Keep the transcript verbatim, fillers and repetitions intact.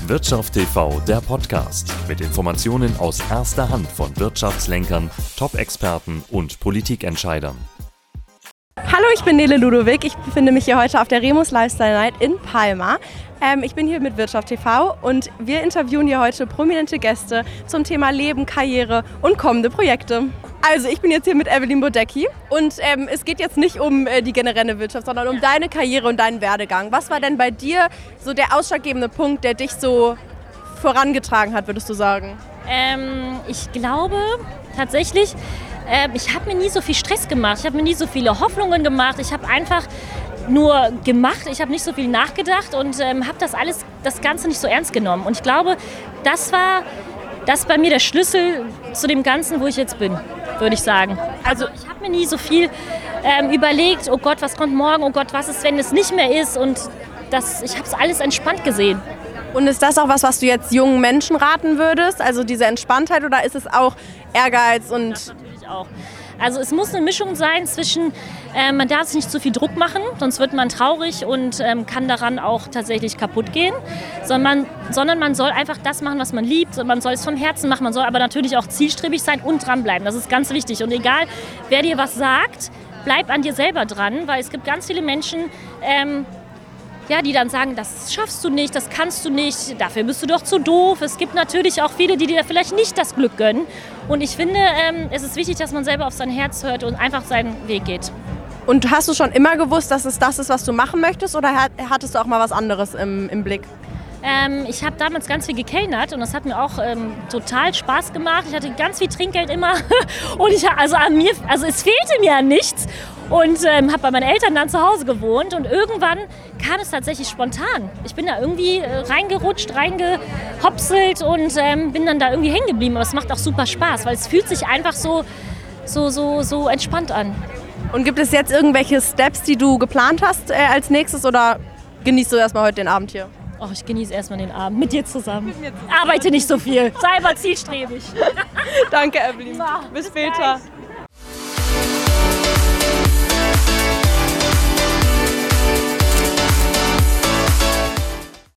Wirtschaft T V, der Podcast mit Informationen aus erster Hand von Wirtschaftslenkern, Top-Experten und Politikentscheidern. Hallo, ich bin Nele Ludowig. Ich befinde mich hier heute auf der Remus Lifestyle Night in Palma. Ähm, ich bin hier mit Wirtschaft T V und wir interviewen hier heute prominente Gäste zum Thema Leben, Karriere und kommende Projekte. Also ich bin jetzt hier mit Evelyn Bodecki und ähm, es geht jetzt nicht um äh, die generelle Wirtschaft, sondern um deine Karriere und deinen Werdegang. Was war denn bei dir so der ausschlaggebende Punkt, der dich so vorangetragen hat, würdest du sagen? Ähm, ich glaube tatsächlich, äh, ich habe mir nie so viel Stress gemacht, ich habe mir nie so viele Hoffnungen gemacht, ich habe einfach nur gemacht, ich habe nicht so viel nachgedacht und ähm, habe das alles, das Ganze nicht so ernst genommen. Und ich glaube, das war das bei mir der Schlüssel zu dem Ganzen, wo ich jetzt bin, würde ich sagen. Also ich habe mir nie so viel ähm, überlegt, oh Gott, was kommt morgen, oh Gott, was ist, wenn es nicht mehr ist, und das, ich habe es alles entspannt gesehen. Und ist das auch was, was du jetzt jungen Menschen raten würdest, also diese Entspanntheit, oder ist es auch Ehrgeiz und... Das natürlich auch. Also es muss eine Mischung sein zwischen, äh, man darf sich nicht zu viel Druck machen, sonst wird man traurig und ähm, kann daran auch tatsächlich kaputt gehen, sondern man, sondern man soll einfach das machen, was man liebt, man soll es vom Herzen machen, man soll aber natürlich auch zielstrebig sein und dranbleiben, das ist ganz wichtig. Und egal, wer dir was sagt, bleib an dir selber dran, weil es gibt ganz viele Menschen, ähm, ja, die dann sagen, das schaffst du nicht, das kannst du nicht, dafür bist du doch zu doof. Es gibt natürlich auch viele, die dir vielleicht nicht das Glück gönnen. Und ich finde, ähm, es ist wichtig, dass man selber auf sein Herz hört und einfach seinen Weg geht. Und hast du schon immer gewusst, dass es das ist, was du machen möchtest, oder hattest du auch mal was anderes im, im Blick? Ähm, ich habe damals ganz viel gekellnert und das hat mir auch ähm, total Spaß gemacht. Ich hatte ganz viel Trinkgeld immer und ich, also an mir, also es fehlte mir an nichts. Und ähm, habe bei meinen Eltern dann zu Hause gewohnt und irgendwann kam es tatsächlich spontan. Ich bin da irgendwie äh, reingerutscht, reingehopselt und ähm, bin dann da irgendwie hängen geblieben. Aber es macht auch super Spaß, weil es fühlt sich einfach so, so, so, so entspannt an. Und gibt es jetzt irgendwelche Steps, die du geplant hast äh, als nächstes, oder genießt du erstmal heute den Abend hier? Oh, ich genieße erstmal den Abend mit dir zusammen. Mit mir zusammen. Arbeite nicht so viel, sei aber zielstrebig. Danke, Evelyn. Bis, Bis später. Gleich.